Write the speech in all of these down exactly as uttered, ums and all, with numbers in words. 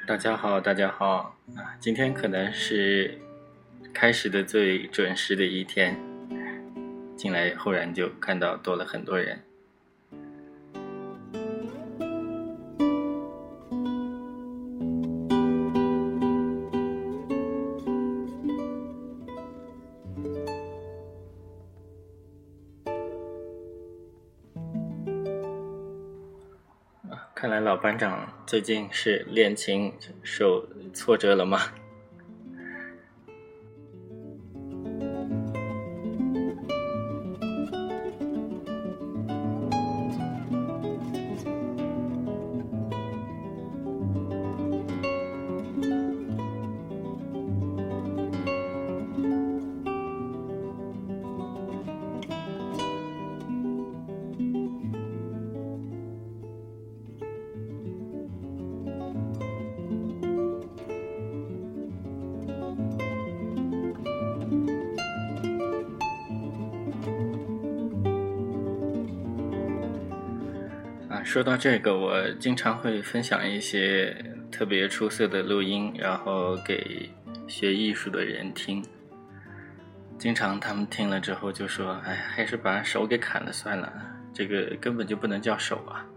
大家好，大家好啊！今天可能是开始的最准时的一天，进来忽然就看到多了很多人。看来老班长最近是练琴受挫折了吗？说到这个，我经常会分享一些特别出色的录音，然后给学艺术的人听。经常他们听了之后就说：“哎，还是把手给砍了算了，这个根本就不能叫手啊。”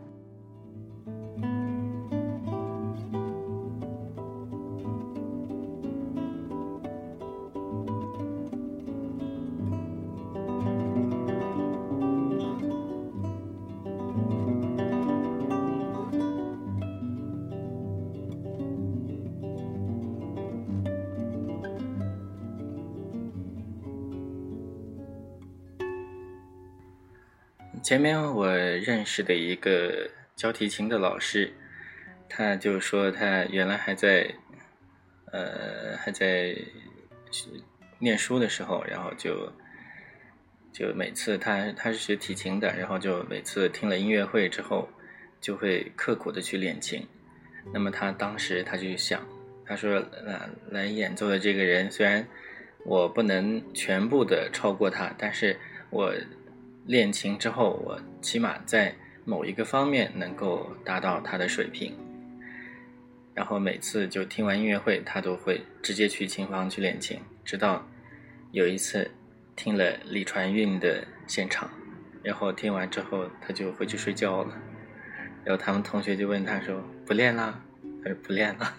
前面我认识的一个教提琴的老师，他就说他原来还在呃还在念书的时候，然后就就每次他他是学提琴的，然后就每次听了音乐会之后就会刻苦的去练琴。那么他当时他就想，他说来来演奏的这个人，虽然我不能全部的超过他，但是我练琴之后，我起码在某一个方面能够达到他的水平。然后每次就听完音乐会，他都会直接去琴房去练琴，直到有一次听了李传韵的现场，然后听完之后他就回去睡觉了。然后他们同学就问他说：“不练啦？”他说：“不练了。”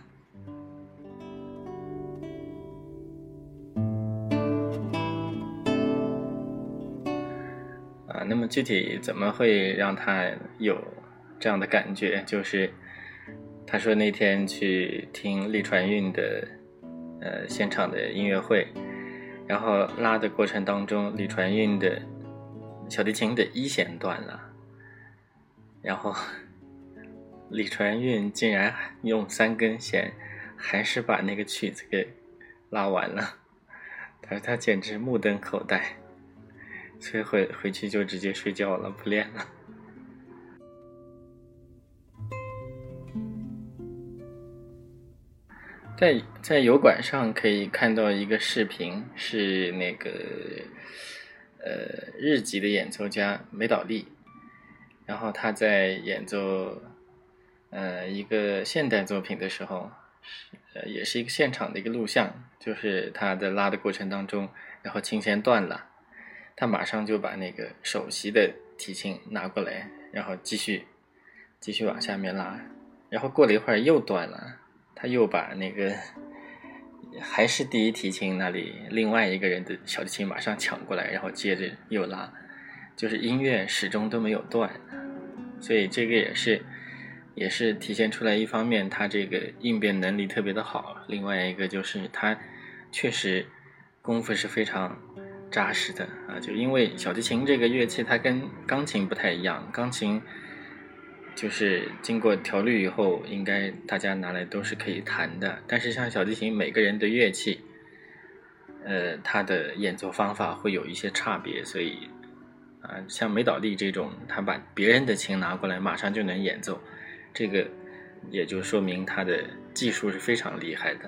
啊，那么具体怎么会让他有这样的感觉？就是他说那天去听李传韵的呃现场的音乐会，然后拉的过程当中，李传韵的小提琴的一弦断了，然后李传韵竟然用三根弦还是把那个曲子给拉完了，他说他简直目瞪口呆，所以回回去就直接睡觉了，不练了。在在油管上可以看到一个视频，是那个呃日籍的演奏家梅岛利，然后他在演奏呃一个现代作品的时候，呃也是一个现场的一个录像，就是他在拉的过程当中，然后琴弦断了，他马上就把那个首席的提琴拿过来，然后继续继续往下面拉，然后过了一会儿又断了，他又把那个还是第一提琴那里另外一个人的小提琴马上抢过来，然后接着又拉，就是音乐始终都没有断。所以这个也是也是体现出来，一方面他这个应变能力特别的好，另外一个就是他确实功夫是非常扎实的啊。就因为小提琴这个乐器它跟钢琴不太一样，钢琴就是经过调律以后应该大家拿来都是可以弹的，但是像小提琴每个人的乐器呃，它的演奏方法会有一些差别，所以啊，像梅岛利这种他把别人的琴拿过来马上就能演奏，这个也就说明他的技术是非常厉害的。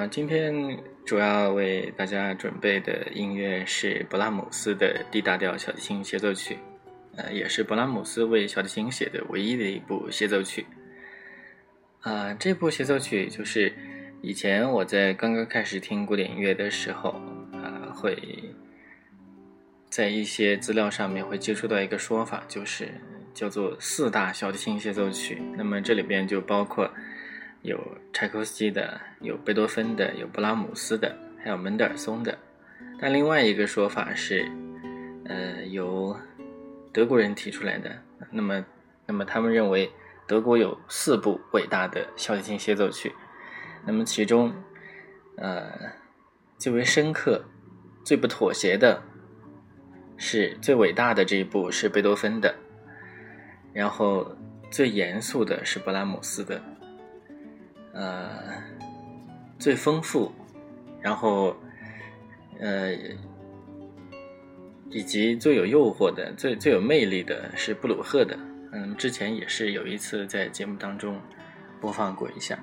啊，今天主要为大家准备的音乐是勃拉姆斯的 D 大调小提琴协奏曲，呃，也是勃拉姆斯为小提琴写的唯一的一部协奏曲。啊，这部协奏曲就是以前我在刚刚开始听古典音乐的时候，啊，会在一些资料上面会接触到一个说法，就是叫做四大小提琴协奏曲。那么这里边就包括有柴可夫斯基的，有贝多芬的，有布拉姆斯的，还有门德尔松的。但另外一个说法是，呃，由德国人提出来的。那么，那么他们认为德国有四部伟大的小提琴协奏曲。那么其中，呃，最为深刻、最不妥协的，是最伟大的这一部是贝多芬的，然后最严肃的是布拉姆斯的。呃，最丰富，然后呃，以及最有诱惑的、最最有魅力的是布鲁赫的。嗯，之前也是有一次在节目当中播放过一下。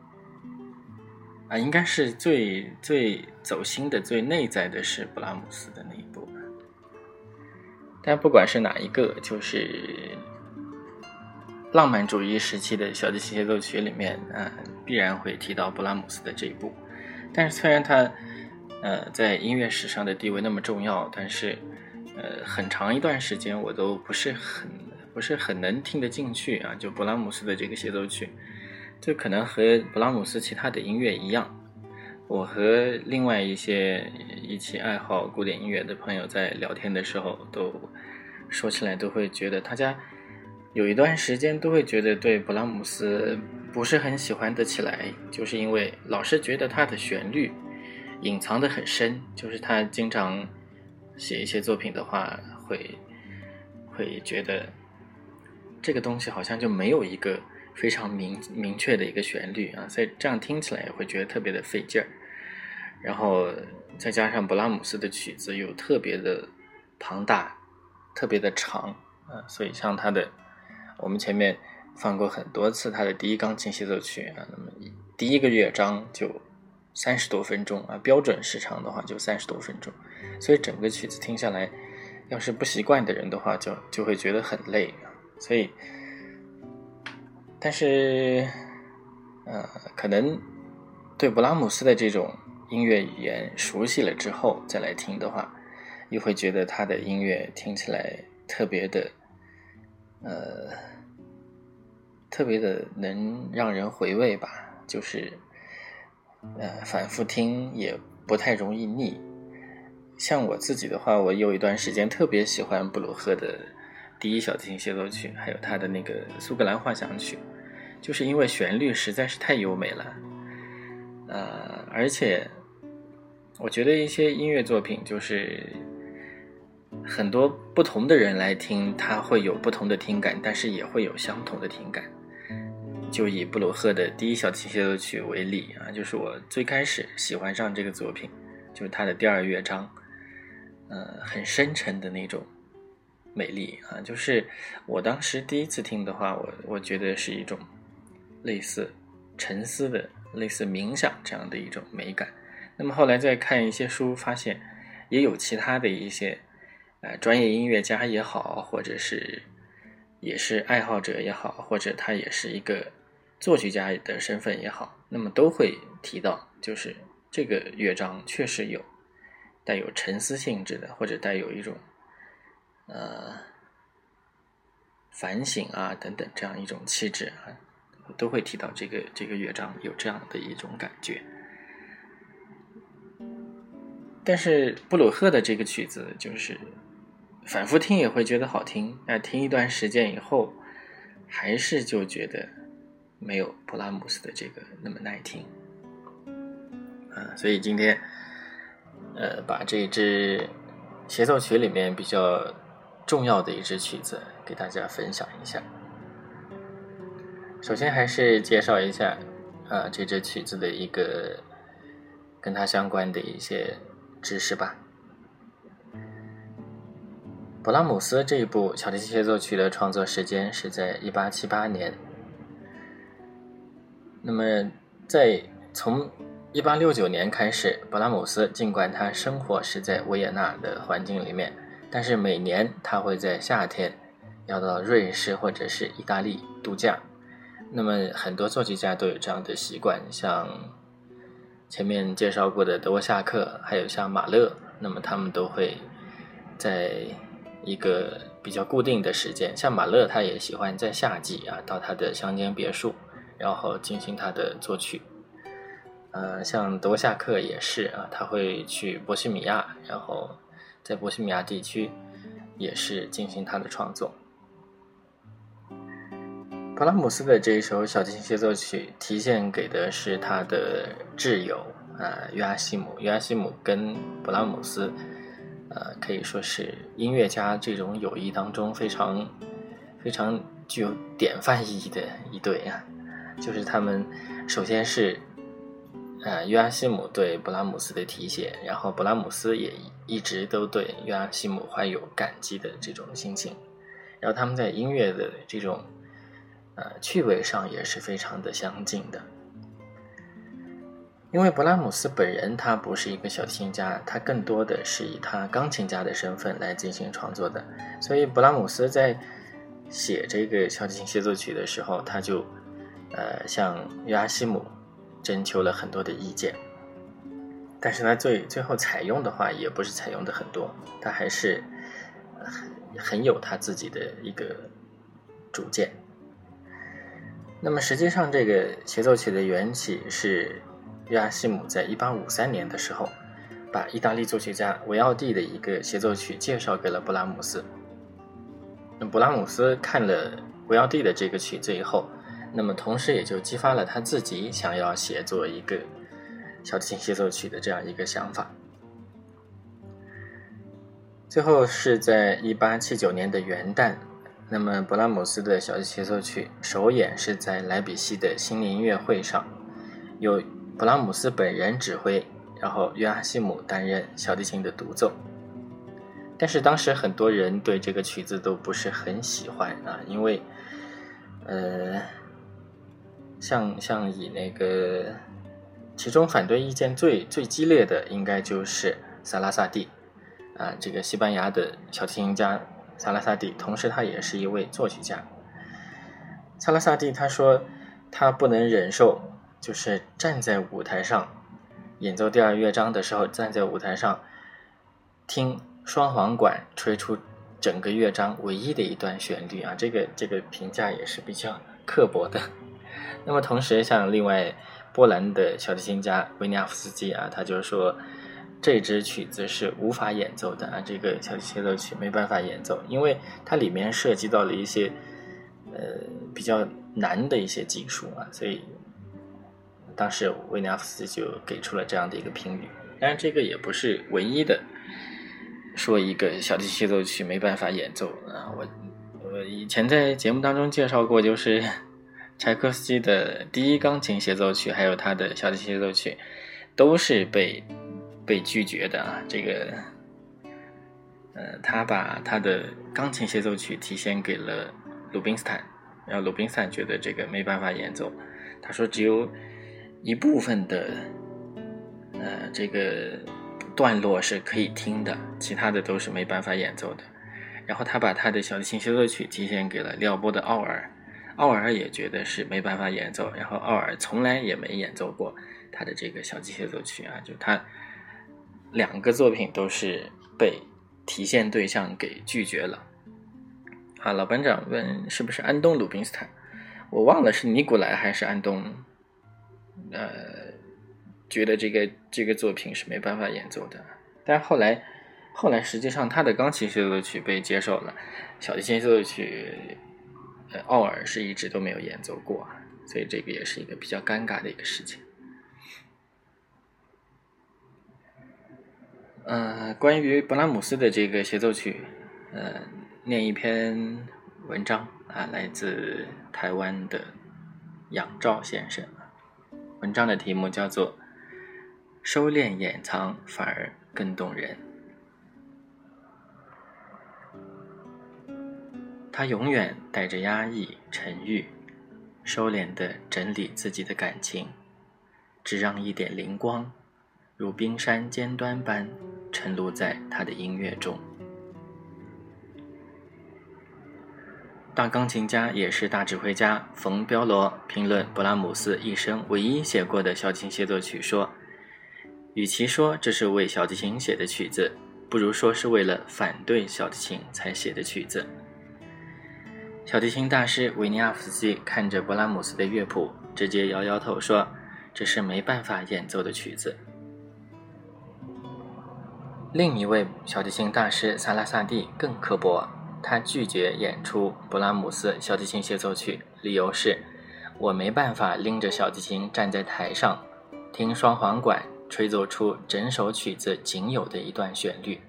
啊，应该是最最走心的、最内在的是布拉姆斯的那一部。但不管是哪一个，就是浪漫主义时期的小提琴协奏曲里面，啊、呃，必然会提到布拉姆斯的这一部。但是虽然他，呃，在音乐史上的地位那么重要，但是，呃，很长一段时间我都不是很不是很能听得进去啊。就布拉姆斯的这个协奏曲，就可能和布拉姆斯其他的音乐一样，我和另外一些一起爱好古典音乐的朋友在聊天的时候，都说起来都会觉得大家有一段时间都会觉得对布拉姆斯不是很喜欢得起来，就是因为老是觉得他的旋律隐藏得很深，就是他经常写一些作品的话，会会觉得这个东西好像就没有一个非常明明确的一个旋律啊，所以这样听起来也会觉得特别的费劲儿。然后再加上布拉姆斯的曲子又特别的庞大，特别的长啊，所以像他的我们前面放过很多次他的第一钢琴协奏曲啊，那么第一个乐章就三十多分钟啊，标准时长的话就三十多分钟，所以整个曲子听下来，要是不习惯的人的话就就会觉得很累啊。所以但是呃，可能对布拉姆斯的这种音乐语言熟悉了之后再来听的话，又会觉得他的音乐听起来特别的呃，特别的能让人回味吧，就是呃，反复听也不太容易腻。像我自己的话，我有一段时间特别喜欢布鲁赫的第一小提琴协奏曲，还有他的那个苏格兰幻想曲，就是因为旋律实在是太优美了。呃，而且我觉得一些音乐作品就是很多不同的人来听，他会有不同的听感，但是也会有相同的听感。就以布鲁赫的第一小提琴协奏曲为例啊，就是我最开始喜欢上这个作品，就是他的第二乐章，呃，很深沉的那种美丽啊，就是我当时第一次听的话，我我觉得是一种类似沉思的、类似冥想这样的一种美感。那么后来再看一些书，发现也有其他的一些呃专业音乐家也好，或者是也是爱好者也好，或者他也是一个作曲家的身份也好，那么都会提到，就是这个乐章确实有带有沉思性质的，或者带有一种呃反省啊等等这样一种气质啊，都会提到这个这个乐章有这样的一种感觉。但是布鲁赫的这个曲子就是反复听也会觉得好听，那听一段时间以后还是就觉得没有布拉姆斯的这个那么耐听啊，所以今天呃把这支协奏曲里面比较重要的一支曲子给大家分享一下。首先还是介绍一下啊这支曲子的一个跟它相关的一些知识吧。勃拉姆斯这一部小提琴协奏曲的创作时间是在一八七八年。那么在从一八六九年开始，勃拉姆斯尽管他生活是在维也纳的环境里面，但是每年他会在夏天要到瑞士或者是意大利度假。那么很多作曲家都有这样的习惯，像前面介绍过的德沃夏克，还有像马勒，那么他们都会在一个比较固定的时间，像马勒他也喜欢在夏季啊到他的乡间别墅，然后进行他的作曲。呃，像德沃夏克也是啊，他会去波西米亚，然后在波西米亚地区也是进行他的创作。勃拉姆斯的这一首小提琴协奏曲题献给的是他的挚友啊约阿希姆。约阿希姆跟勃拉姆斯呃可以说是音乐家这种友谊当中非常非常具有典范意义的一对啊。就是他们首先是呃约阿希姆对勃拉姆斯的题写，然后勃拉姆斯也一直都对约阿希姆怀有感激的这种心情，然后他们在音乐的这种呃，趣味上也是非常的相近的。因为勃拉姆斯本人他不是一个小提琴家，他更多的是以他钢琴家的身份来进行创作的，所以勃拉姆斯在写这个小提琴协奏曲的时候，他就呃向约阿希姆征求了很多的意见，但是他最最后采用的话也不是采用的很多，他还是很很有他自己的一个主见。那么实际上这个协奏曲的缘起是约阿希姆在一八五三年的时候把意大利作曲家维奥蒂的一个协奏曲介绍给了勃拉姆斯。那勃拉姆斯看了维奥蒂的这个曲子以后，那么同时也就激发了他自己想要写作一个小提琴协奏曲的这样一个想法。最后是在一八七九年的元旦，那么勃拉姆斯的小提琴协奏曲首演是在莱比锡的新年音乐会上，由勃拉姆斯本人指挥，然后约阿希姆担任小提琴的独奏。但是当时很多人对这个曲子都不是很喜欢啊，因为呃，像像以那个其中反对意见最最激烈的应该就是萨拉萨蒂啊，这个西班牙的小提琴家萨拉萨蒂，同时他也是一位作曲家。萨拉萨蒂他说他不能忍受就是站在舞台上演奏第二乐章的时候，站在舞台上听双簧管吹出整个乐章唯一的一段旋律啊，这个这个评价也是比较刻薄的。那么同时像另外波兰的小提琴家维尼亚夫斯基啊，他就说这支曲子是无法演奏的啊，这个小提琴协奏曲没办法演奏，因为它里面涉及到了一些呃比较难的一些技术啊，所以当时维尼亚夫斯基就给出了这样的一个评语。当然这个也不是唯一的说一个小提琴协奏曲没办法演奏啊，我我以前在节目当中介绍过，就是柴可夫斯基的第一钢琴协奏曲还有他的小提琴协奏曲都是被被拒绝的啊。这个呃，他把他的钢琴协奏曲提献给了鲁宾斯坦，然后鲁宾斯坦觉得这个没办法演奏，他说只有一部分的呃这个段落是可以听的，其他的都是没办法演奏的。然后他把他的小提琴协奏曲提献给了利奥波的奥尔，奥尔也觉得是没办法演奏，然后奥尔从来也没演奏过他的这个小提琴协奏曲啊，就他两个作品都是被提献对象给拒绝了。啊，老班长问是不是安东鲁宾斯坦，我忘了是尼古莱还是安东，呃，觉得这个这个作品是没办法演奏的。但后来后来实际上他的钢琴协奏曲被接受了，小提琴协奏曲呃，奥尔是一直都没有演奏过，所以这个也是一个比较尴尬的一个事情。呃，关于勃拉姆斯的这个协奏曲，呃，念一篇文章啊，来自台湾的杨照先生。文章的题目叫做《收敛掩藏反而更动人》。他永远带着压抑、沉郁，收敛地整理自己的感情， 只让一点灵光，如冰山尖端般沉入在他的音乐中。大钢琴家也是大指挥家冯彪罗评论勃拉姆斯一生唯一写过的小提琴协奏曲说，与其说这是为小提琴写的曲子，不如说是为了反对小提琴才写的曲子。小提琴大师维尼亚夫斯基看着勃拉姆斯的乐谱，直接摇摇头说，这是没办法演奏的曲子。另一位小提琴大师萨拉萨蒂更刻薄，他拒绝演出勃拉姆斯小提琴协奏曲，理由是我没办法拎着小提琴站在台上，听双簧管吹奏出整首曲子仅有的一段旋律。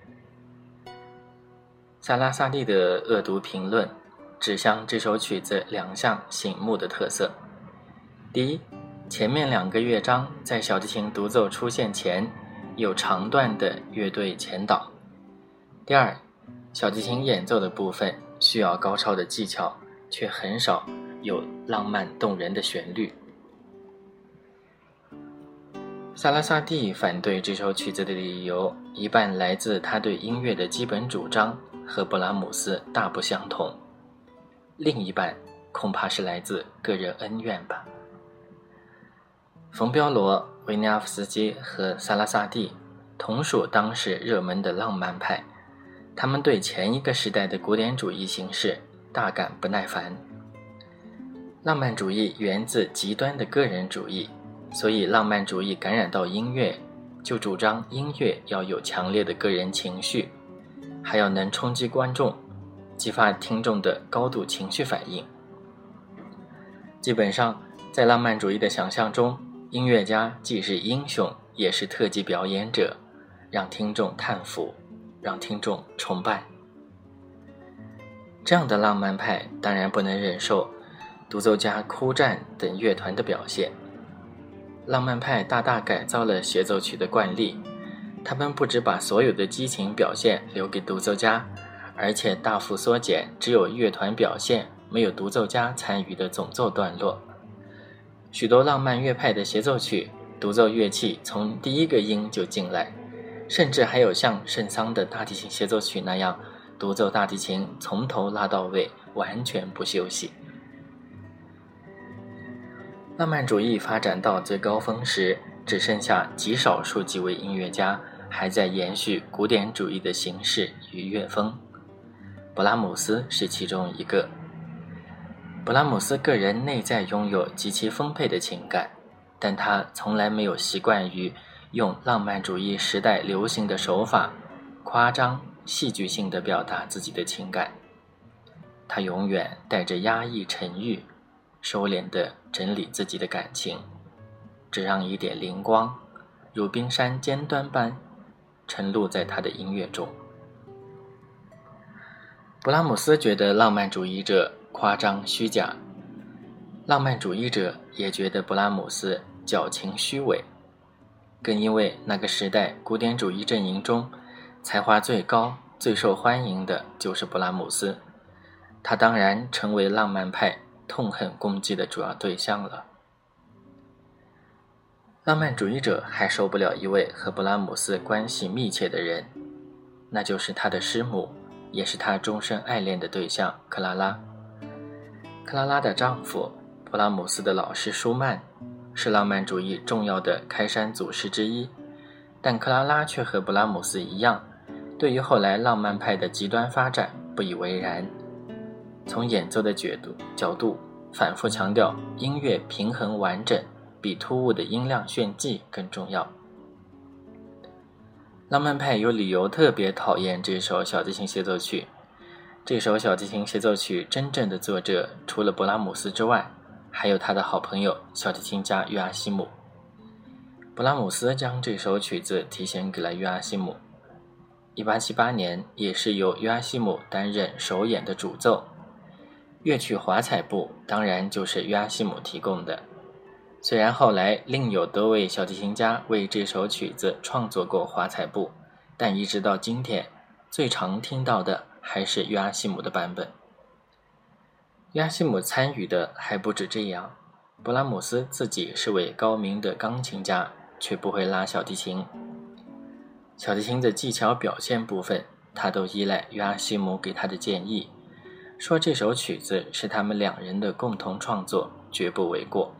萨拉萨蒂的恶毒评论指向这首曲子两项醒目的特色：第一，前面两个乐章在小提琴独奏出现前有长段的乐队前导；第二，小提琴演奏的部分需要高超的技巧，却很少有浪漫动人的旋律。萨拉萨蒂反对这首曲子的理由，一半来自他对音乐的基本主张和勃拉姆斯大不相同，另一半恐怕是来自个人恩怨吧。冯彪罗、维尼亚夫斯基和萨拉萨蒂同属当时热门的浪漫派，他们对前一个时代的古典主义形式大感不耐烦。浪漫主义源自极端的个人主义，所以浪漫主义感染到音乐，就主张音乐要有强烈的个人情绪，还要能冲击观众，激发听众的高度情绪反应。基本上，在浪漫主义的想象中，音乐家既是英雄，也是特技表演者，让听众叹服，让听众崇拜。这样的浪漫派当然不能忍受独奏家哭战等乐团的表现。浪漫派大大改造了协奏曲的惯例，他们不只把所有的激情表现留给独奏家，而且大幅缩减只有乐团表现没有独奏家参与的总奏段落。许多浪漫乐派的协奏曲，独奏乐器从第一个音就进来，甚至还有像圣桑的大提琴协奏曲那样，独奏大提琴从头拉到尾，完全不休息。浪漫主义发展到最高峰时，只剩下极少数几位音乐家还在延续古典主义的形式与乐风。勃拉姆斯是其中一个。勃拉姆斯个人内在拥有极其丰沛的情感，但他从来没有习惯于用浪漫主义时代流行的手法夸张戏剧性地表达自己的情感。他永远带着压抑沉郁，收敛地整理自己的感情，只让一点灵光如冰山尖端般沉入在他的音乐中。勃拉姆斯觉得浪漫主义者夸张虚假，浪漫主义者也觉得勃拉姆斯矫情虚伪，更因为那个时代古典主义阵营中才华最高最受欢迎的就是勃拉姆斯，他当然成为浪漫派痛恨攻击的主要对象了。浪漫主义者还受不了一位和勃拉姆斯关系密切的人，那就是他的师母，也是他终身爱恋的对象克拉拉。克拉拉的丈夫勃拉姆斯的老师舒曼是浪漫主义重要的开山祖师之一，但克拉拉却和勃拉姆斯一样，对于后来浪漫派的极端发展不以为然。从演奏的角度角度反复强调音乐平衡完整比突兀的音量炫技更重要。浪漫派有理由特别讨厌这首小提琴协奏曲。这首小提琴协奏曲真正的作者除了勃拉姆斯之外，还有他的好朋友小提琴家约阿希姆。勃拉姆斯将这首曲子题献给了约阿希姆。一八七八年也是由约阿希姆担任首演的主奏，乐曲华彩部当然就是约阿希姆提供的。虽然后来另有多位小提琴家为这首曲子创作过华彩部，但一直到今天最常听到的还是约阿希姆的版本。约阿希姆参与的还不止这样， 勃拉姆斯自己是位高明的钢琴家，却不会拉小提琴。小提琴的技巧表现部分，他都依赖约阿希姆给他的建议，说这首曲子是他们两人的共同创作，绝不为过。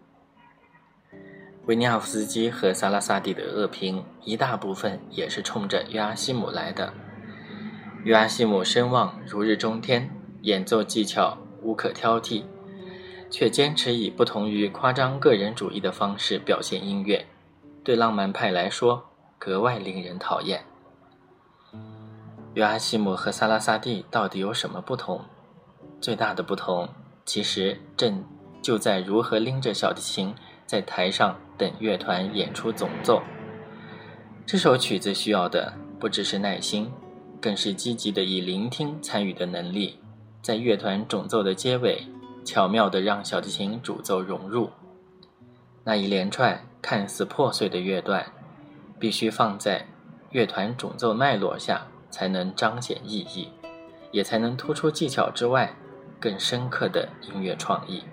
维尼奥夫斯基和萨拉萨蒂的恶评一大部分也是冲着约阿希姆来的。约阿希姆声望如日中天，演奏技巧无可挑剔，却坚持以不同于夸张个人主义的方式表现音乐，对浪漫派来说格外令人讨厌。约阿希姆和萨拉萨蒂到底有什么不同？最大的不同其实正就在如何拎着小提琴在台上等乐团演出总奏。这首曲子需要的不只是耐心，更是积极的以聆听参与的能力，在乐团总奏的结尾巧妙地让小提琴主奏融入。那一连串看似破碎的乐段必须放在乐团总奏脉络下，才能彰显意义，也才能突出技巧之外更深刻的音乐创意。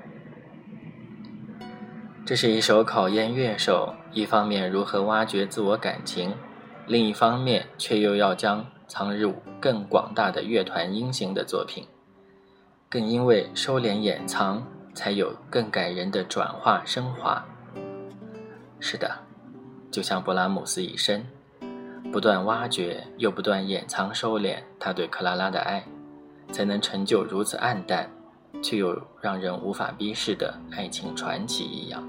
这是一首考验乐手一方面如何挖掘自我感情，另一方面却又要将藏入更广大的乐团音型的作品。更因为收敛掩藏，才有更感人的转化升华。是的，就像勃拉姆斯一生，不断挖掘又不断掩藏收敛他对克拉拉的爱，才能成就如此暗淡却又让人无法逼视的爱情传奇一样。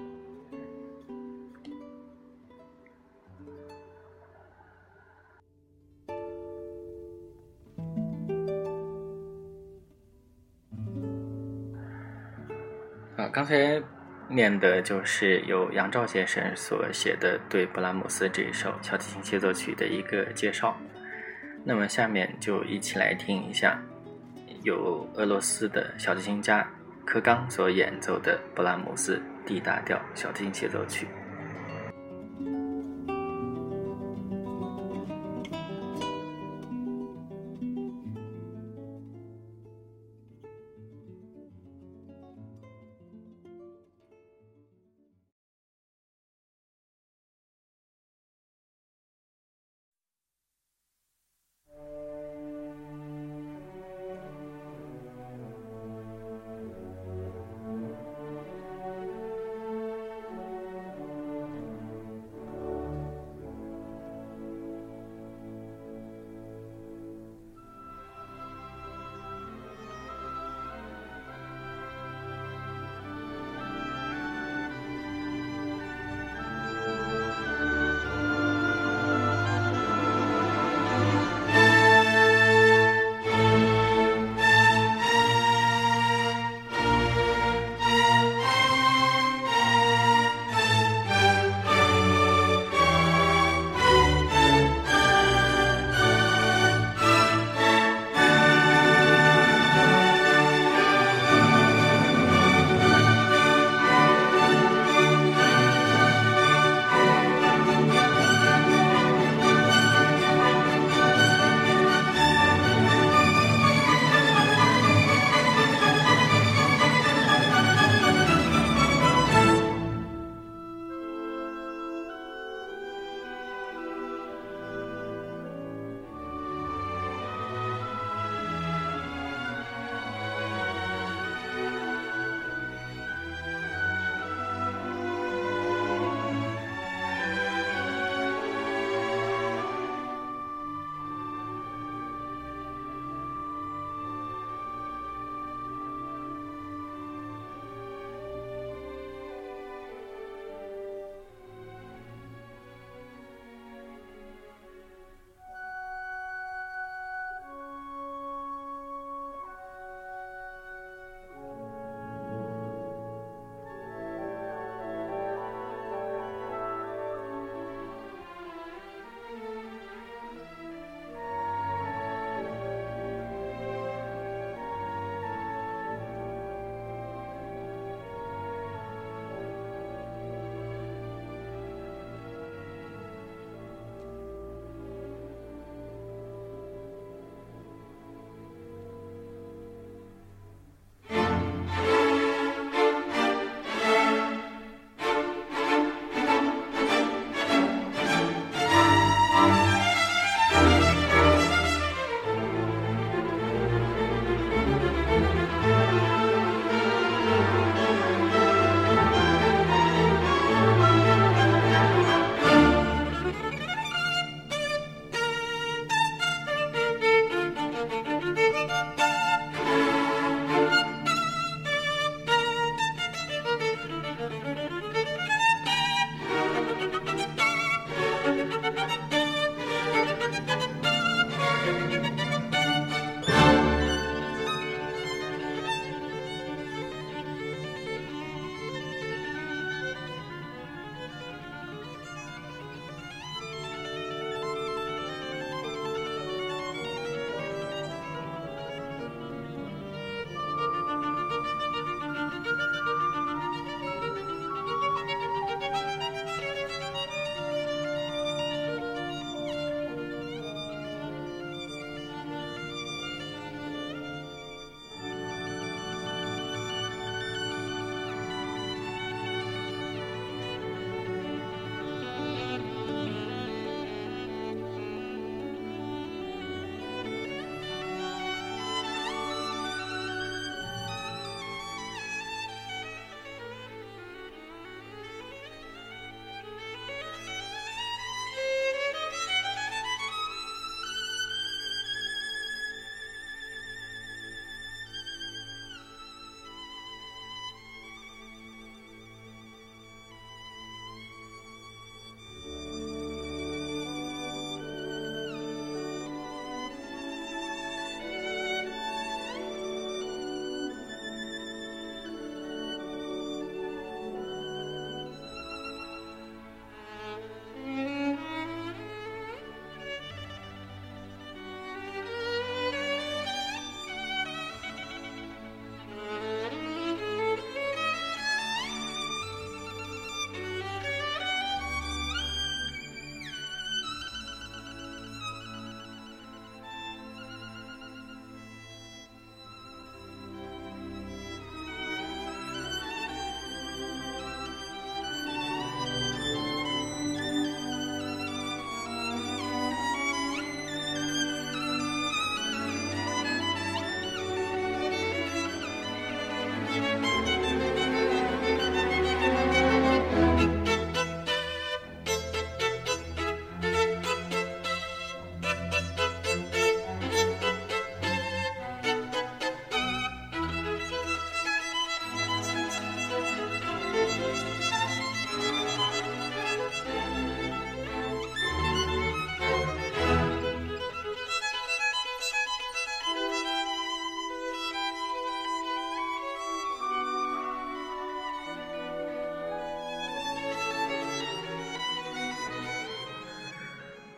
啊，刚才念的就是由杨照先生所写的对勃拉姆斯这一首小提琴协奏曲的一个介绍。那么下面就一起来听一下由俄罗斯的小提琴家科冈所演奏的勃拉姆斯 D 大调小提琴协奏曲。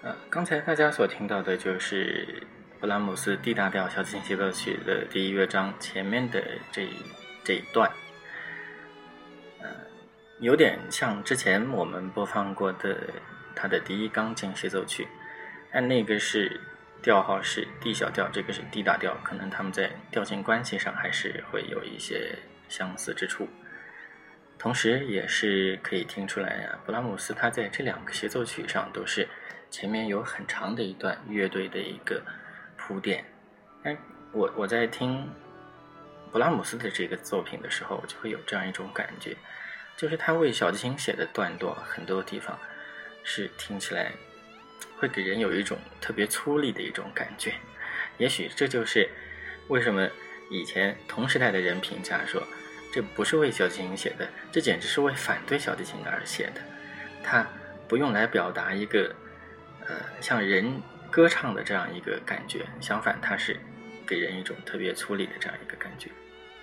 呃，刚才大家所听到的就是布拉姆斯 D 大调小提琴协奏曲的第一乐章前面的这一这一段，呃，有点像之前我们播放过的他的第一钢琴协奏曲，但那个是调号是 D 小调，这个是 D 大调，可能他们在调性关系上还是会有一些相似之处。同时也是可以听出来啊，布拉姆斯他在这两个协奏曲上都是前面有很长的一段乐队的一个铺垫。但我我在听布拉姆斯的这个作品的时候，就会有这样一种感觉，就是他为小提琴写的段落很多地方是听起来会给人有一种特别粗粝的一种感觉。也许这就是为什么以前同时代的人评价说这不是为小提琴写的，这简直是为反对小提琴而写的。它不用来表达一个呃像人歌唱的这样一个感觉，相反它是给人一种特别粗粝的这样一个感觉。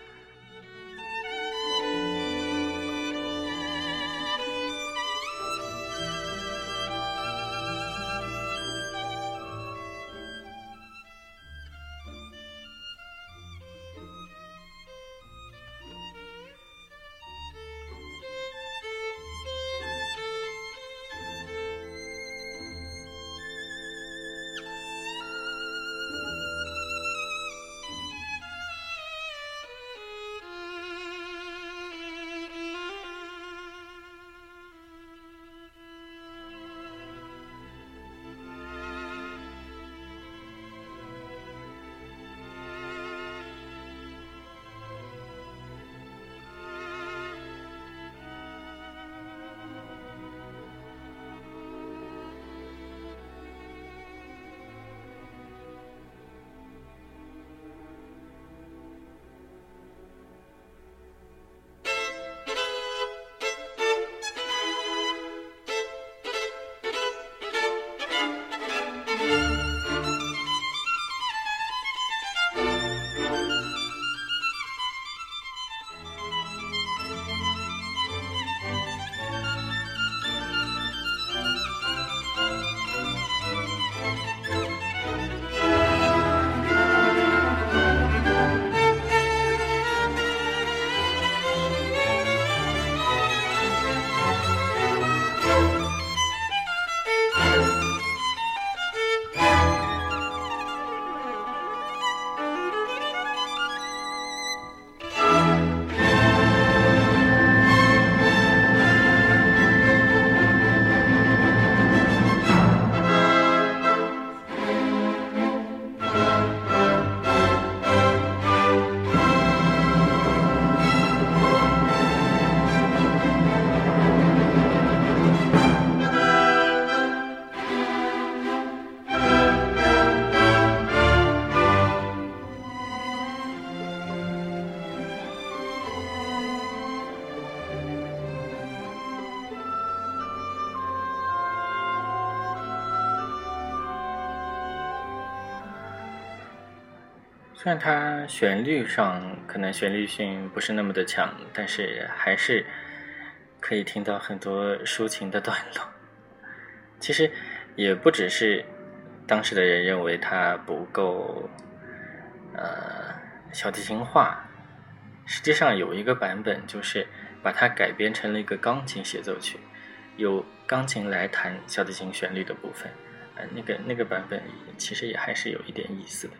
虽然它旋律上可能旋律性不是那么的强，但是还是可以听到很多抒情的段落。其实也不只是当时的人认为它不够呃小提琴化，实际上有一个版本就是把它改编成了一个钢琴协奏曲，由钢琴来弹小提琴旋律的部分，呃，那个那个版本其实也还是有一点意思的。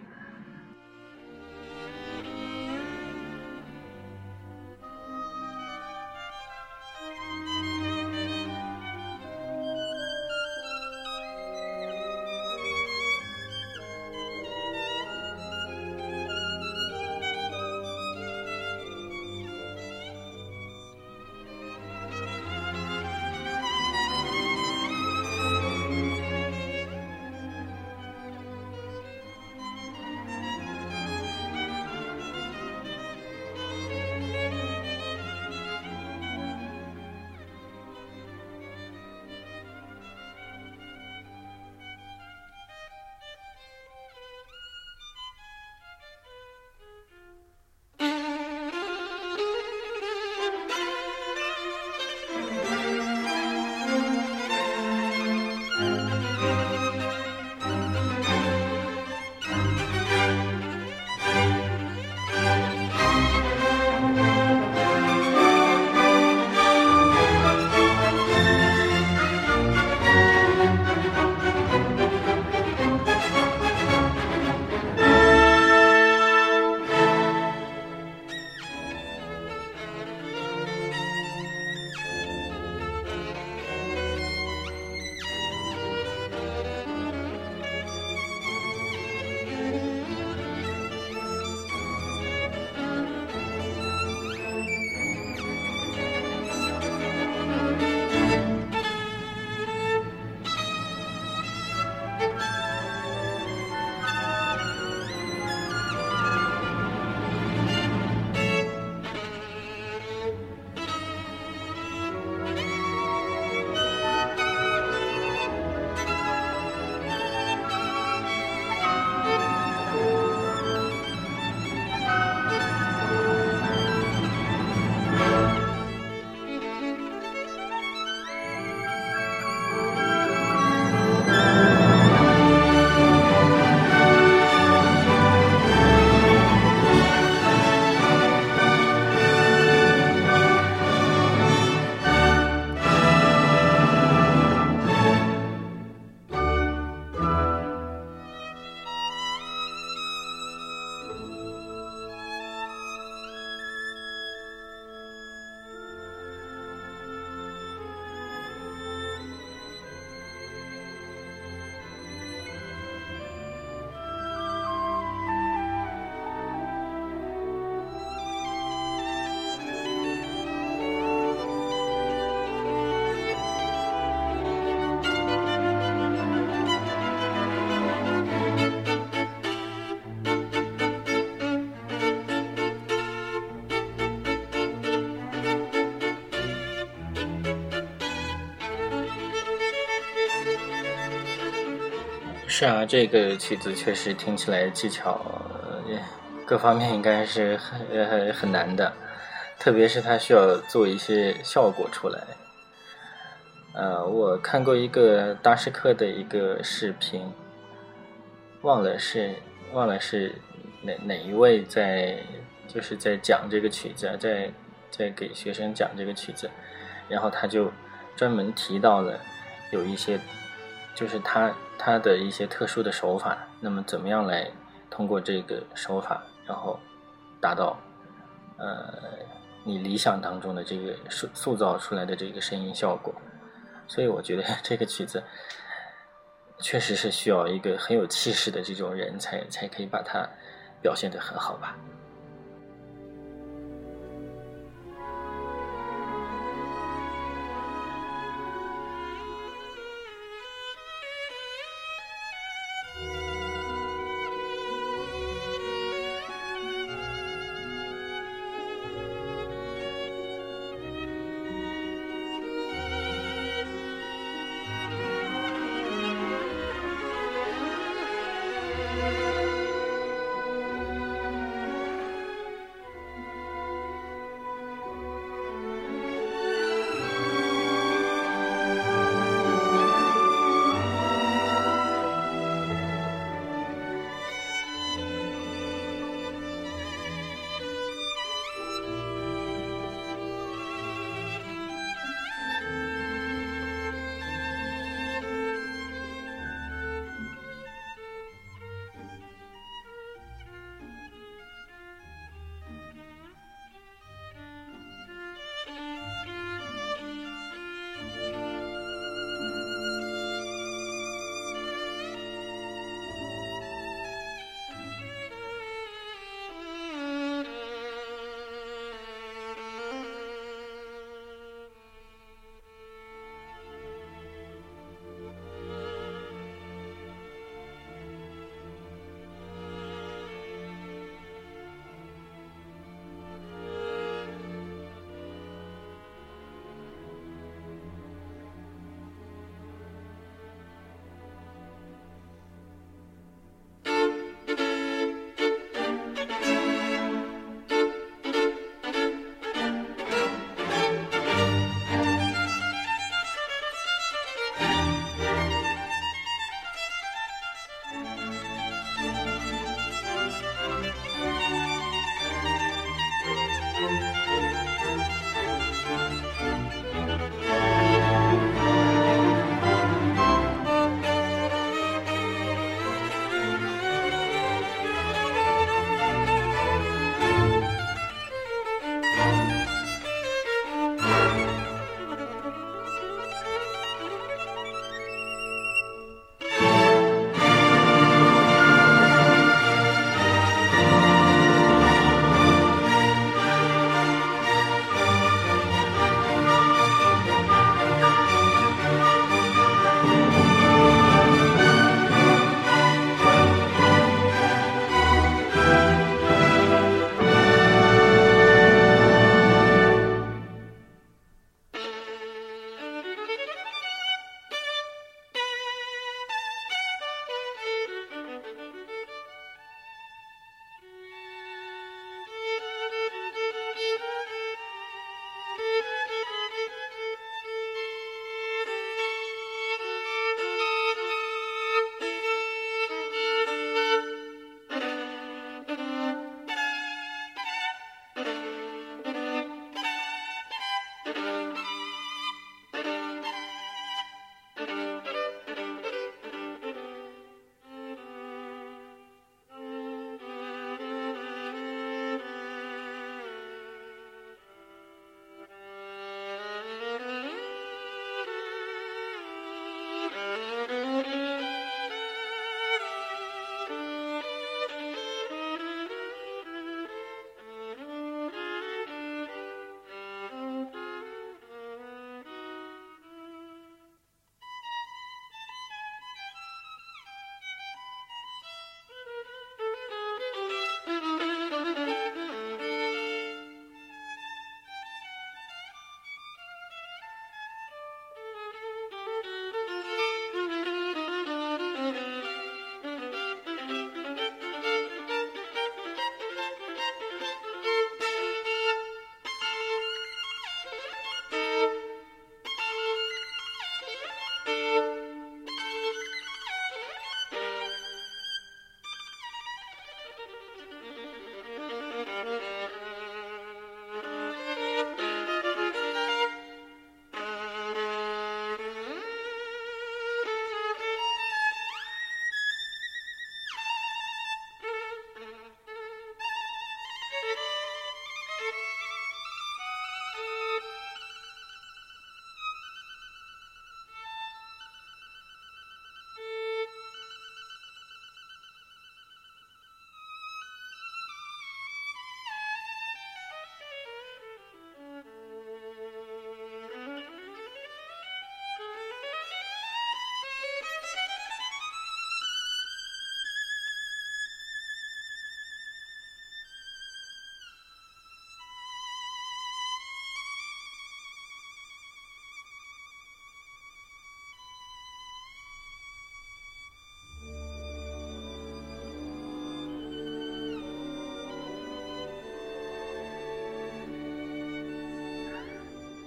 是啊，这个曲子确实听起来技巧、呃、各方面应该是很呃很难的，特别是它需要做一些效果出来。呃，我看过一个大师课的一个视频，忘了是忘了是哪哪一位在就是在讲这个曲子，在在给学生讲这个曲子，然后他就专门提到了有一些就是他他的一些特殊的手法，那么怎么样来通过这个手法，然后达到呃你理想当中的这个塑塑造出来的这个声音效果。所以我觉得这个曲子确实是需要一个很有气势的这种人才才可以把它表现得很好吧。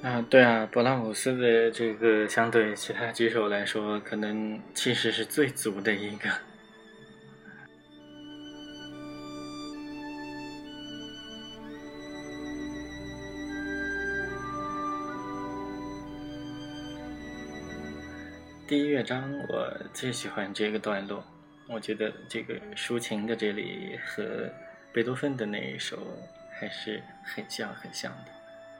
啊，对啊，勃拉姆斯的这个相对其他几首来说，可能气势是最足的一个。第一乐章我最喜欢这个段落，我觉得这个抒情的这里和贝多芬的那一首还是很像很像的。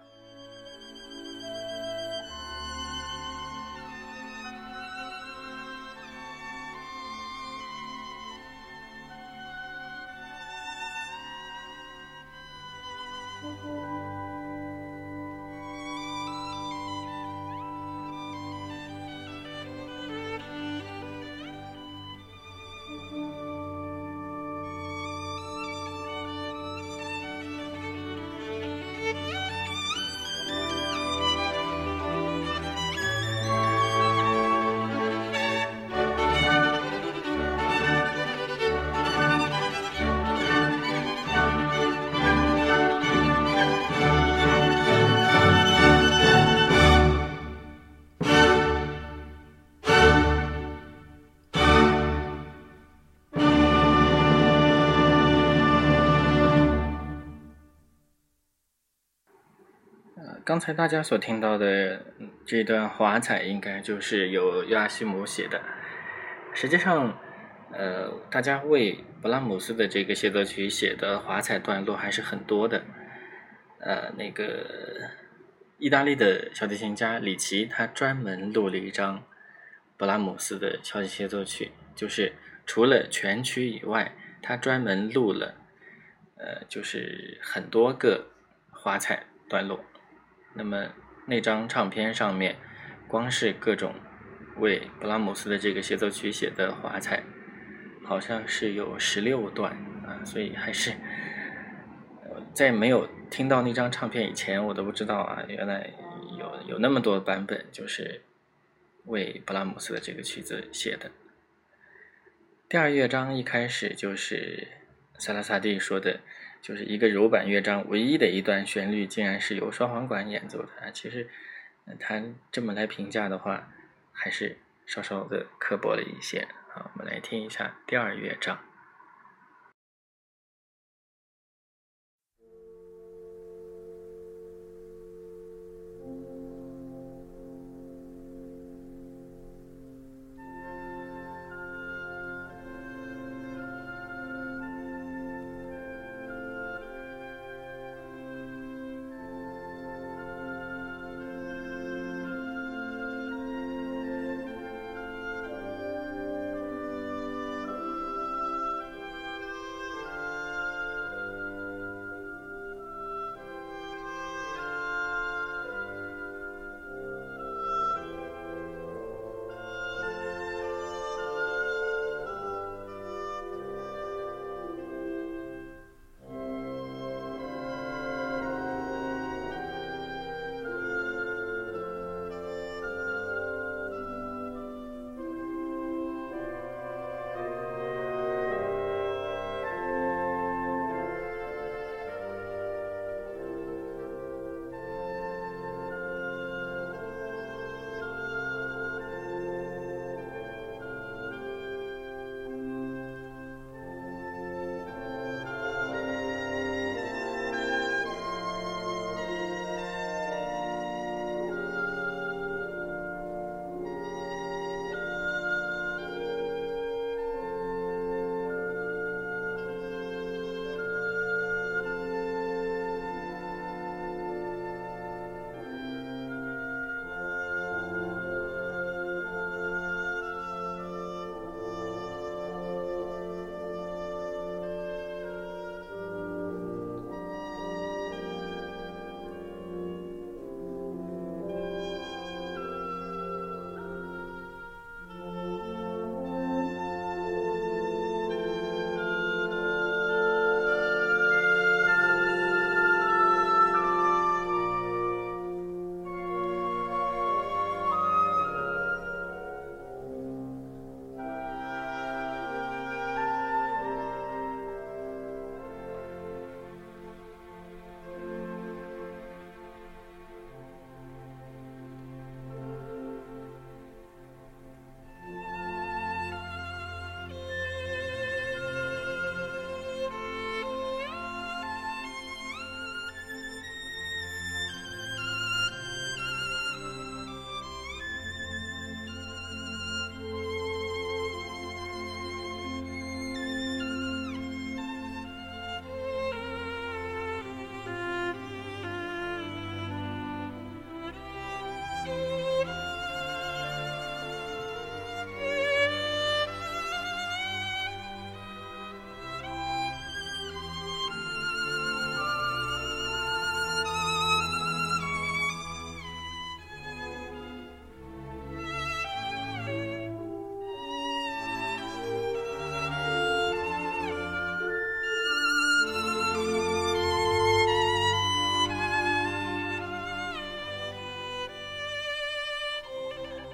刚才大家所听到的这段华彩，应该就是由约阿希姆写的。实际上，呃，大家为勃拉姆斯的这个协奏曲写的华彩段落还是很多的。呃，那个意大利的小提琴家里奇，他专门录了一张勃拉姆斯的小提协奏曲，就是除了全曲以外，他专门录了，呃，就是很多个华彩段落。那么那张唱片上面，光是各种为勃拉姆斯的这个协奏曲写的华彩，好像是有十六段啊，所以还是在没有听到那张唱片以前，我都不知道啊，原来有有那么多版本，就是为勃拉姆斯的这个曲子写的。第二乐章一开始就是萨拉萨蒂说的，就是一个柔板乐章唯一的一段旋律竟然是由双簧管演奏的啊！其实他这么来评价的话，还是稍稍的刻薄了一些。好，我们来听一下第二乐章。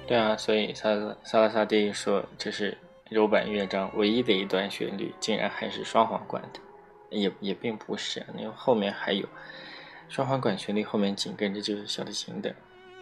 对啊，所以萨萨拉萨蒂说这是柔板乐章唯一的一段旋律，竟然还是双簧管的，也也并不是，因为后面还有双簧管旋律，后面紧跟着就是小提琴的。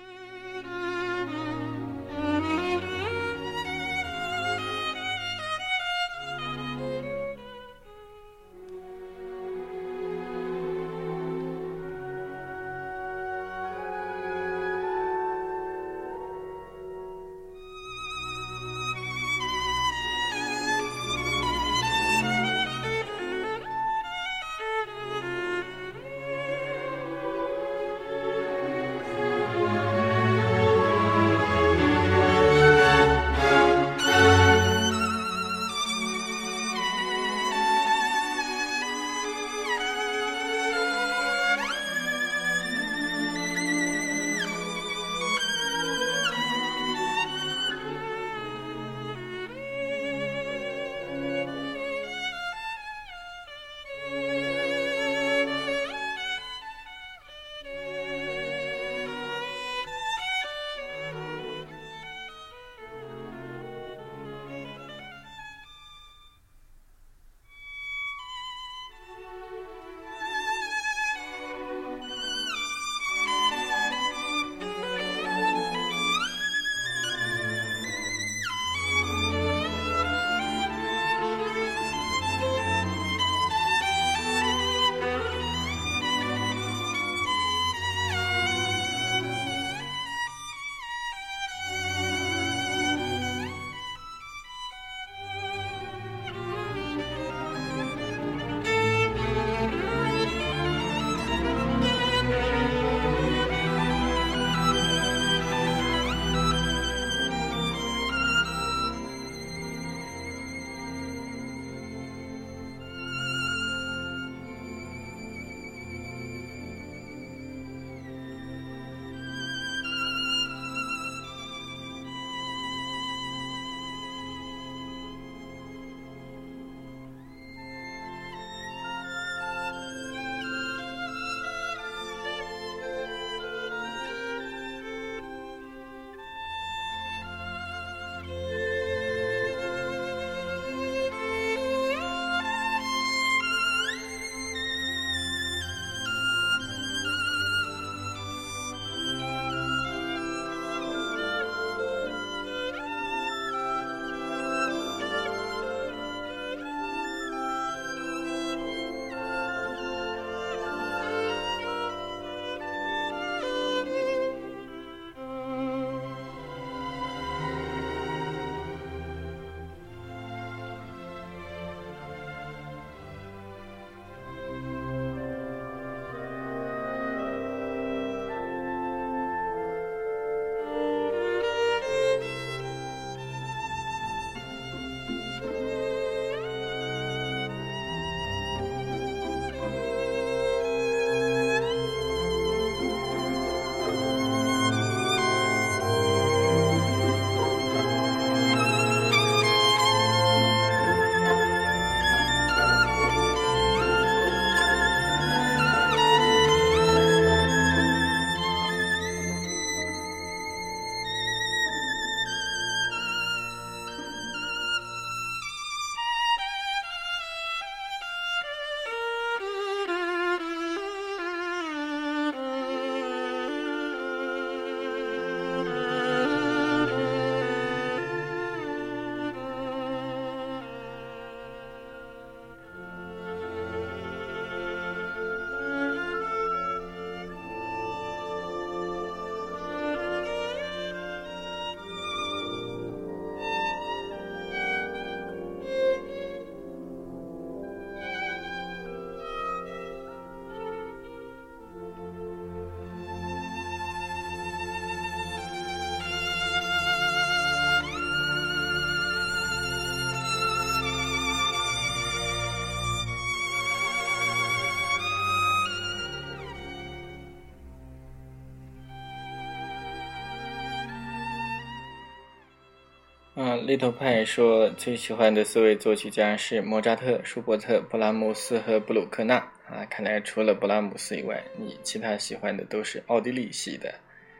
嗯，利头派说最喜欢的四位作曲家是莫扎特、舒伯特、布拉姆斯和布鲁克纳啊。看来除了布拉姆斯以外，你其他喜欢的都是奥地利系的啊。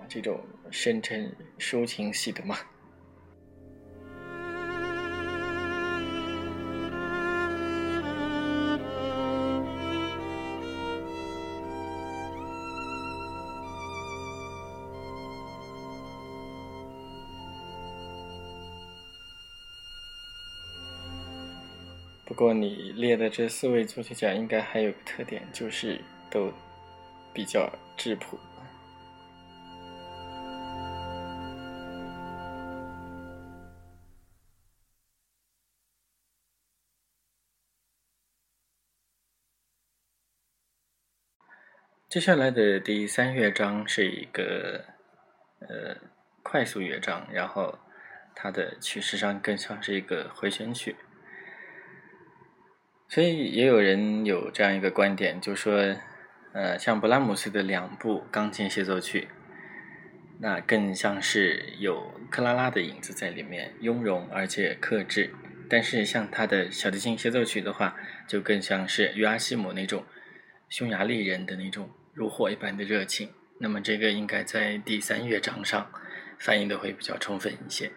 这种深沉抒情系的吗？不过你列的这四位作曲家应该还有个特点，就是都比较质朴。接下来的第三乐章是一个呃快速乐章，然后它的曲式上更像是一个回旋曲。所以也有人有这样一个观点，就说呃，像勃拉姆斯的两部钢琴协奏曲，那更像是有克拉拉的影子在里面，雍容而且克制。但是像他的小提琴协奏曲的话，就更像是约阿希姆那种匈牙利人的那种如火一般的热情。那么这个应该在第三乐章上反映的会比较充分一些。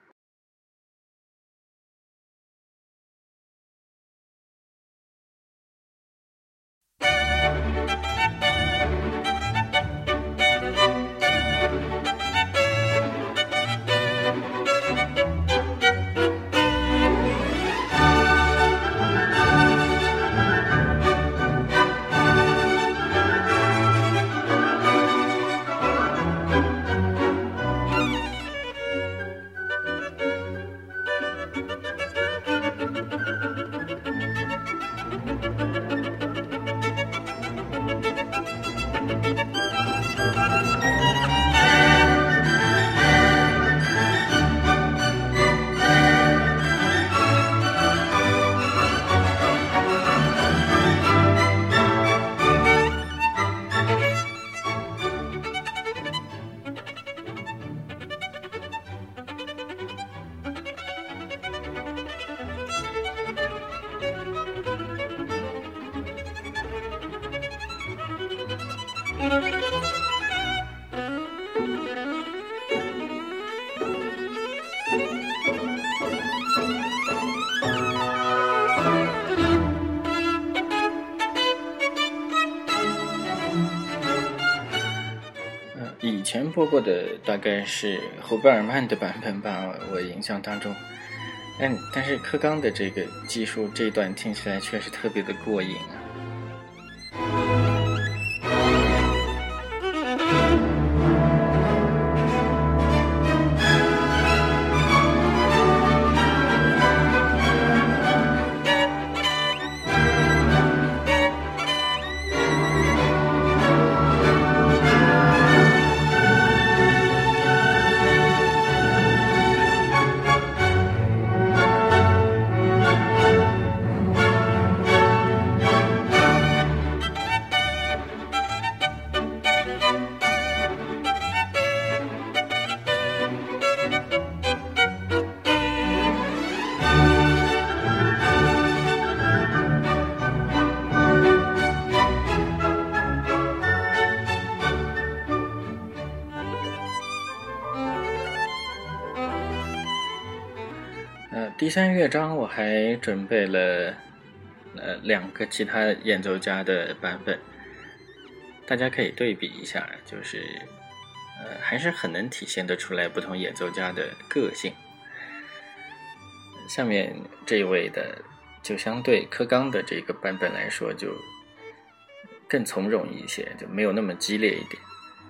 以前播过的大概是侯贝尔曼的版本吧，我印象当中。但但是柯刚的这个技术这一段听起来确实特别的过瘾啊。呃，第三乐章我还准备了呃两个其他演奏家的版本，大家可以对比一下，就是呃还是很能体现得出来不同演奏家的个性。下面这一位的就相对柯刚的这个版本来说就更从容一些，就没有那么激烈一点。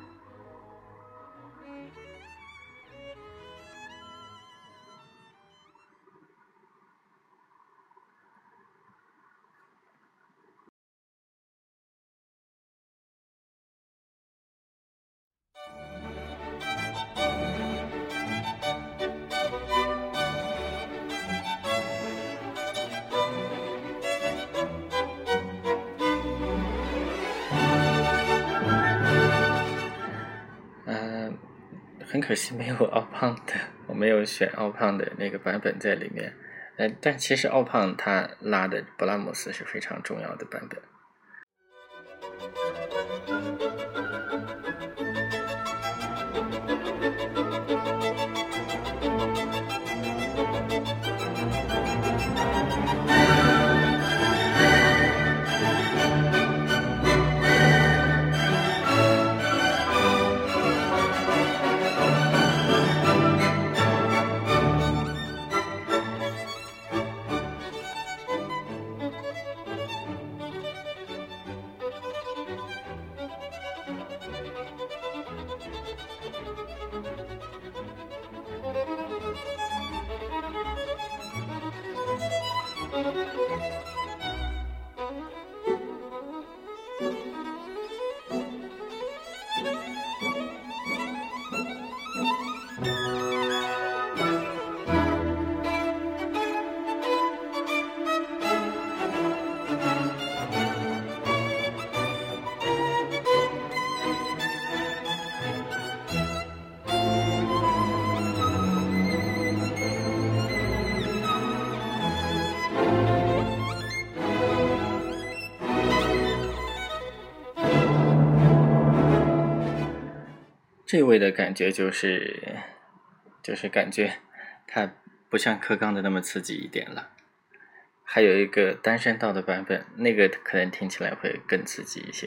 很可惜没有奥胖的，我没有选奥胖的那个版本在里面。呃，但其实奥胖他拉的勃拉姆斯是非常重要的版本。 这位的感觉就是就是感觉它不像柯刚的那么刺激一点了。还有一个单声道的版本，那个可能听起来会更刺激一些。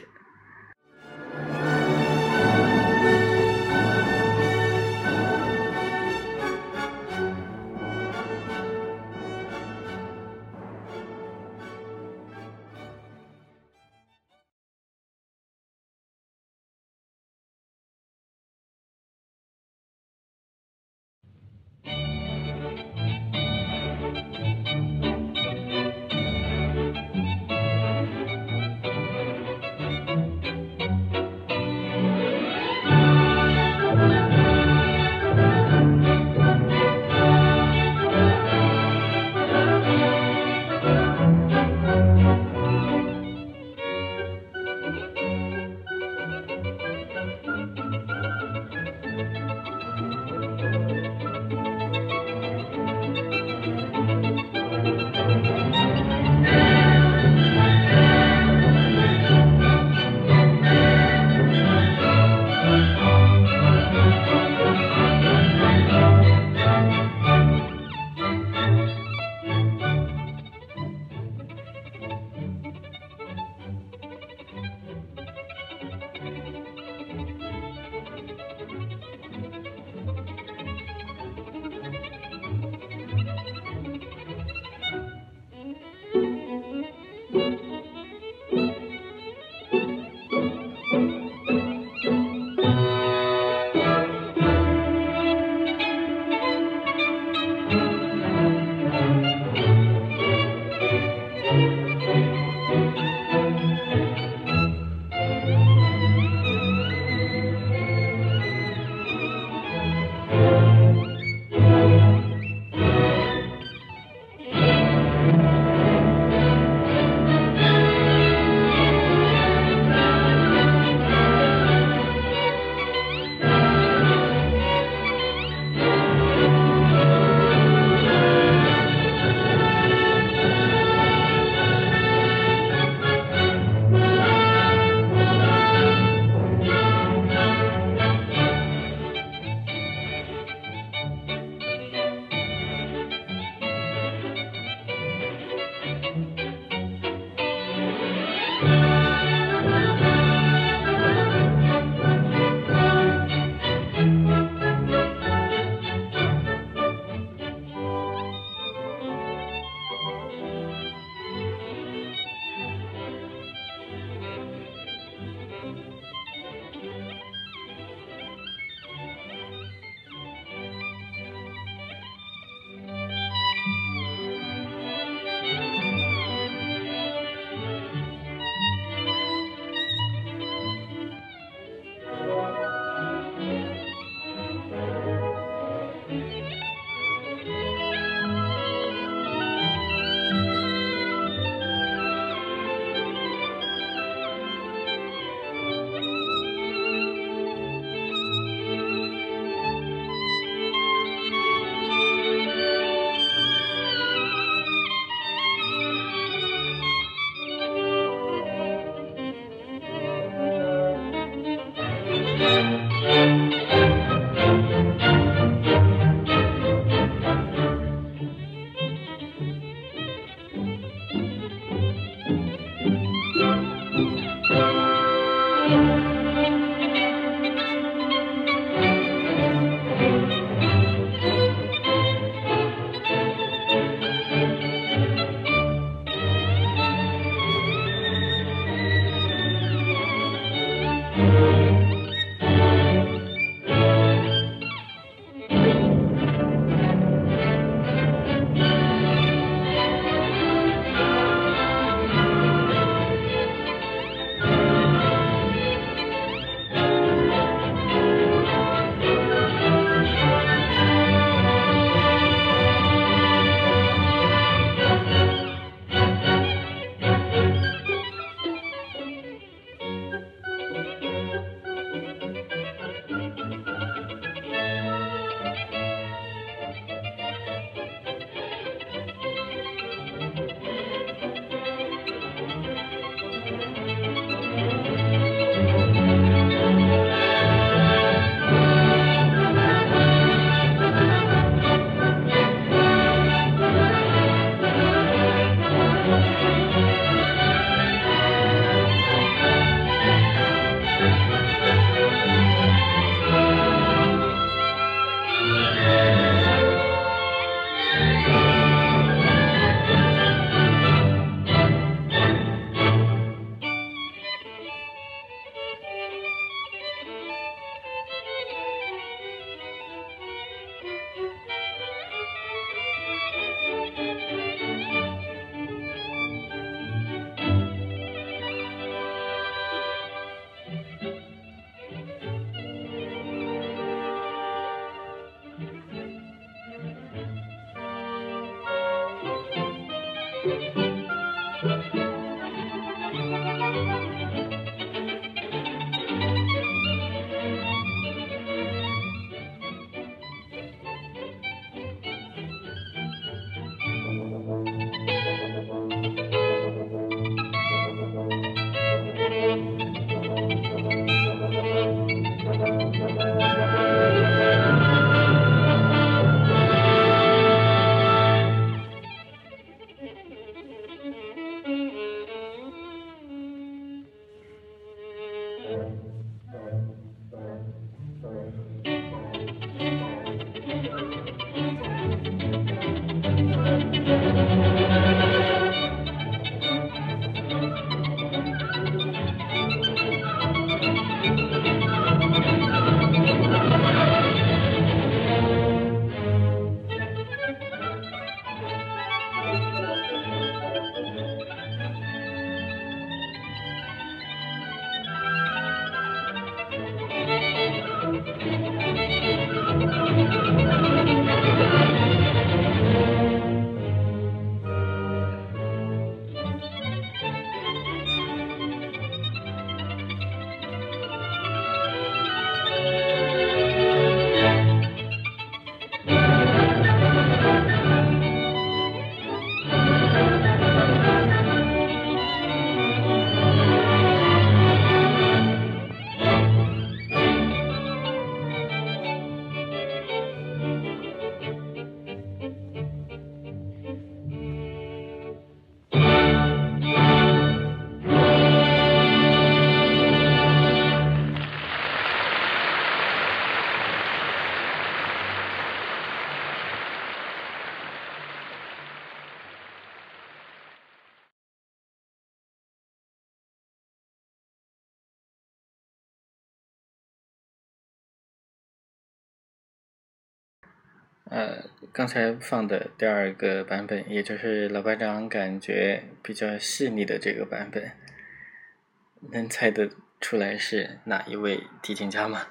呃，刚才放的第二个版本，也就是老班长感觉比较细腻的这个版本，能猜得出来是哪一位提琴家吗？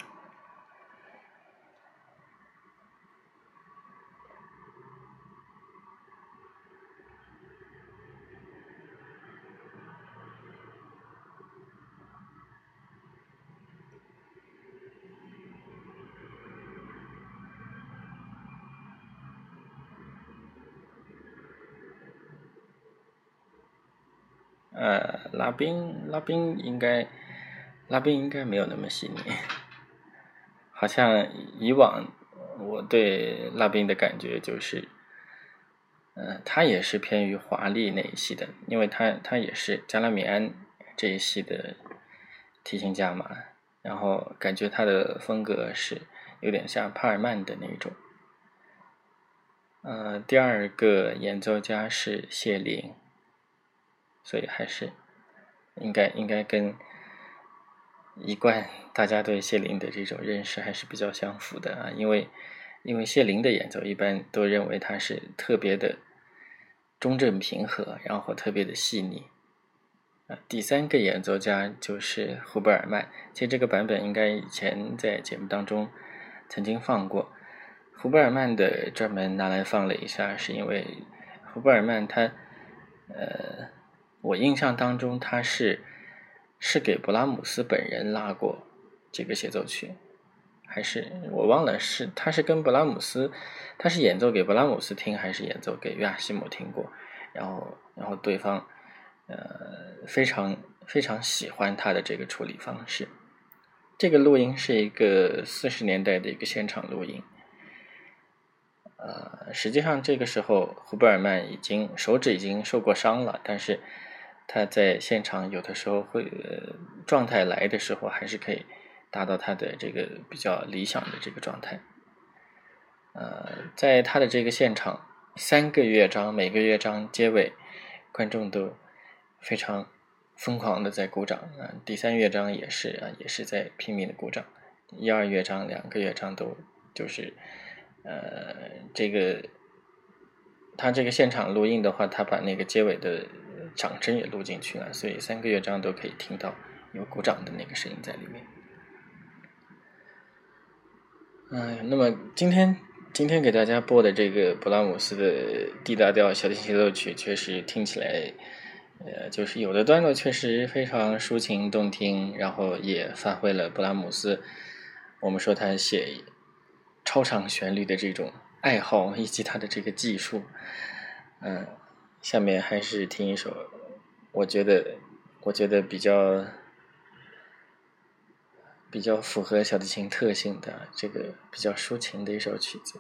呃，拉宾，拉宾应该，拉宾应该没有那么细腻。好像以往我对拉宾的感觉就是，呃，他也是偏于华丽那一系的，因为他他也是加拉米安这一系的提琴家嘛，然后感觉他的风格是有点像帕尔曼的那种。呃，第二个演奏家是谢林，所以还是应该应该跟一贯大家对谢林的这种认识还是比较相符的啊，因为因为谢林的演奏一般都认为他是特别的中正平和，然后特别的细腻。啊，第三个演奏家就是胡伯尔曼，其实这个版本应该以前在节目当中曾经放过。胡伯尔曼的专门拿来放了一下，是因为胡伯尔曼他，呃，我印象当中他是是给勃拉姆斯本人拉过这个协奏曲，还是我忘了是他是跟勃拉姆斯，他是演奏给勃拉姆斯听，还是演奏给约亚希姆听过？然后然后对方呃非常非常喜欢他的这个处理方式。这个录音是一个四十年代的一个现场录音。呃，实际上这个时候胡贝尔曼已经手指已经受过伤了，但是他在现场有的时候会、呃、状态来的时候还是可以达到他的这个比较理想的这个状态。呃，在他的这个现场，三个乐章，每个乐章结尾，观众都非常疯狂的在鼓掌啊、呃。第三乐章也是啊，也是在拼命的鼓掌。一二乐章两个乐章都就是。呃，这个他这个现场录音的话，他把那个结尾的掌声也录进去了，所以三个乐章都可以听到有鼓掌的那个声音在里面。嗯、呃，那么今天今天给大家播的这个勃拉姆斯的 D 大调小提琴协奏曲，确实听起来，呃，就是有的段落确实非常抒情动听，然后也发挥了勃拉姆斯，我们说他写超长旋律的这种爱好以及他的这个技术。嗯、呃，下面还是听一首，我觉得我觉得比较比较符合小提琴特性的这个比较抒情的一首曲子。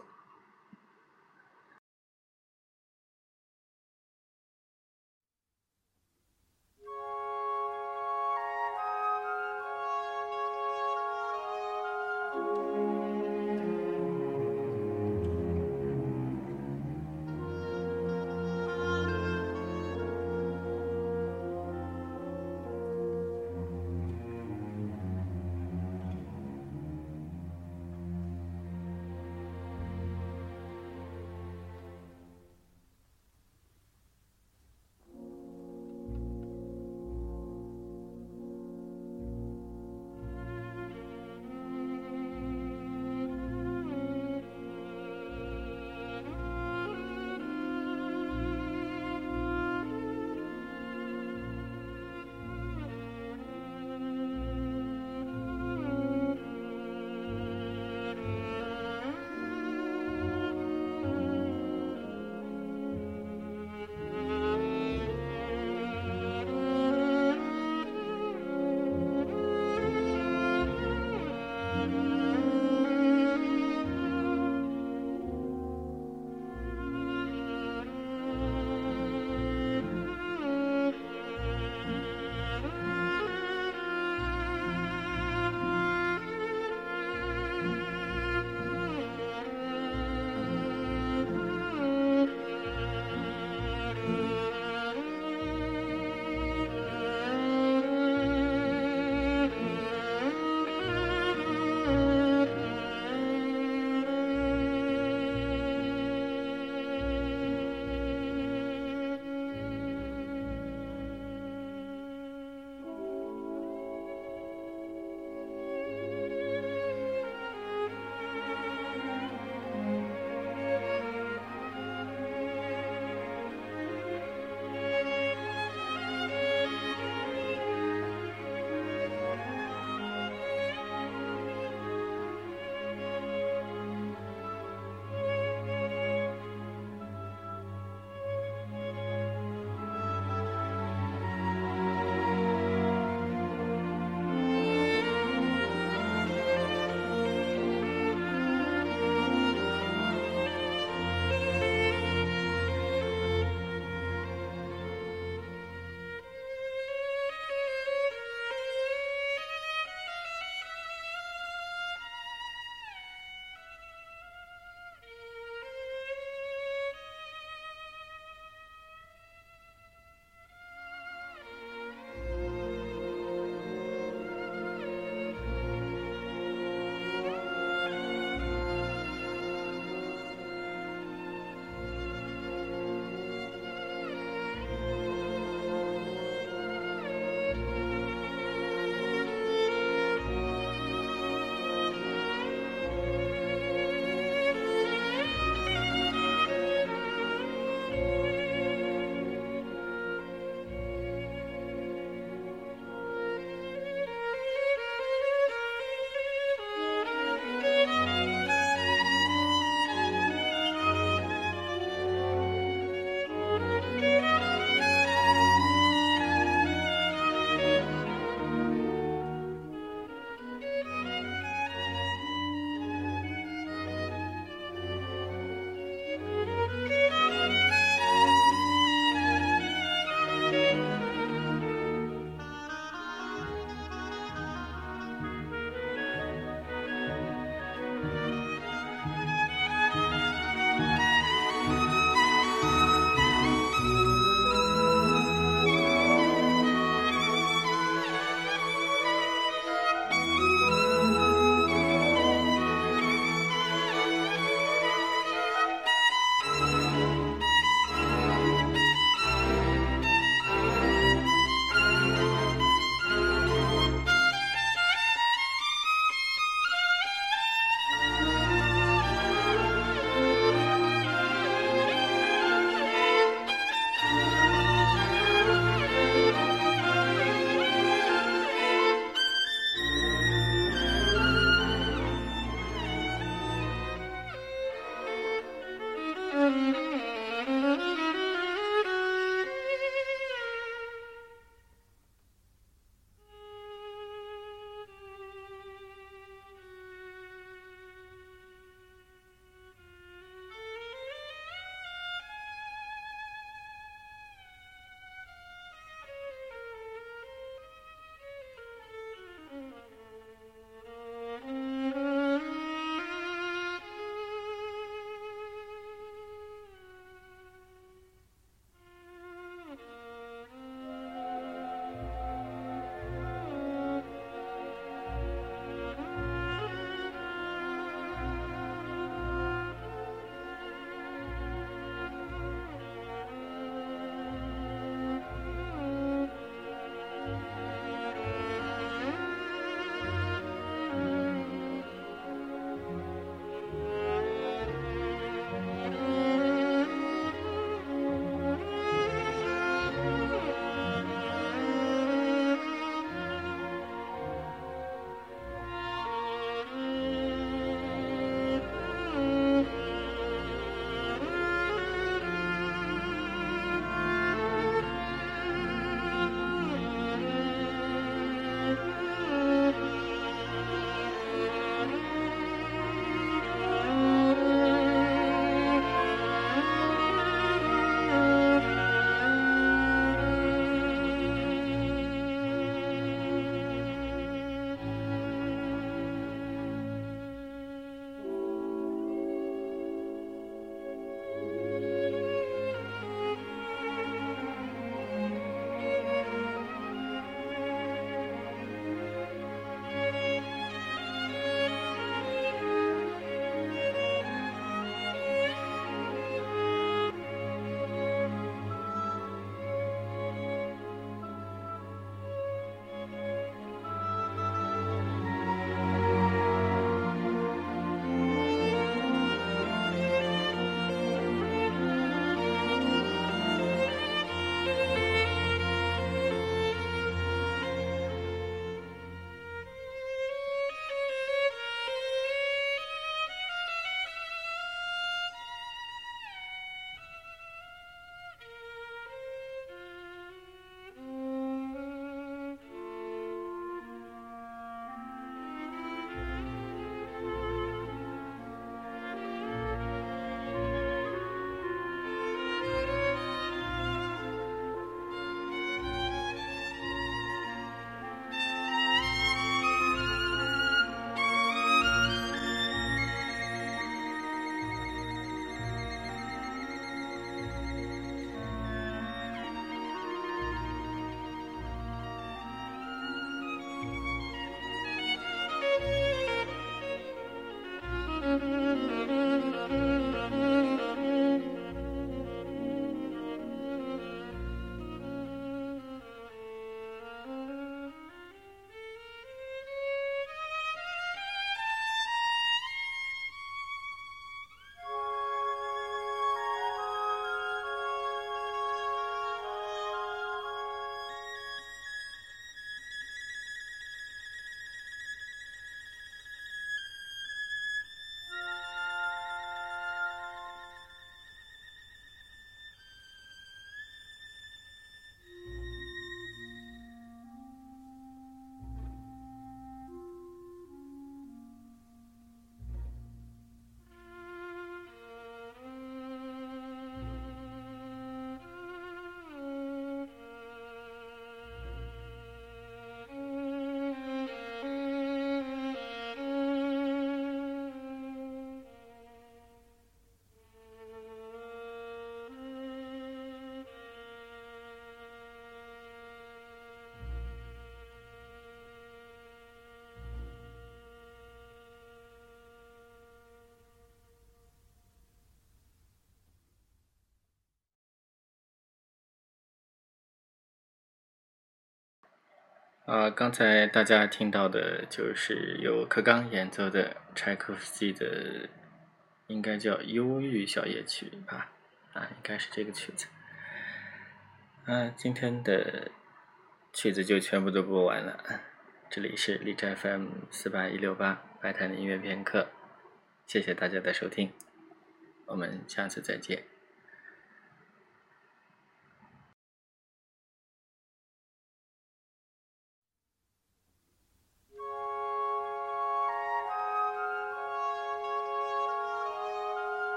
啊，刚才大家听到的就是由柯刚演奏的柴可夫斯基的，应该叫忧郁小夜曲吧？啊，应该是这个曲子。啊，今天的曲子就全部都播完了。这里是荔枝 F M 四八一六八白谈的音乐片刻，谢谢大家的收听，我们下次再见。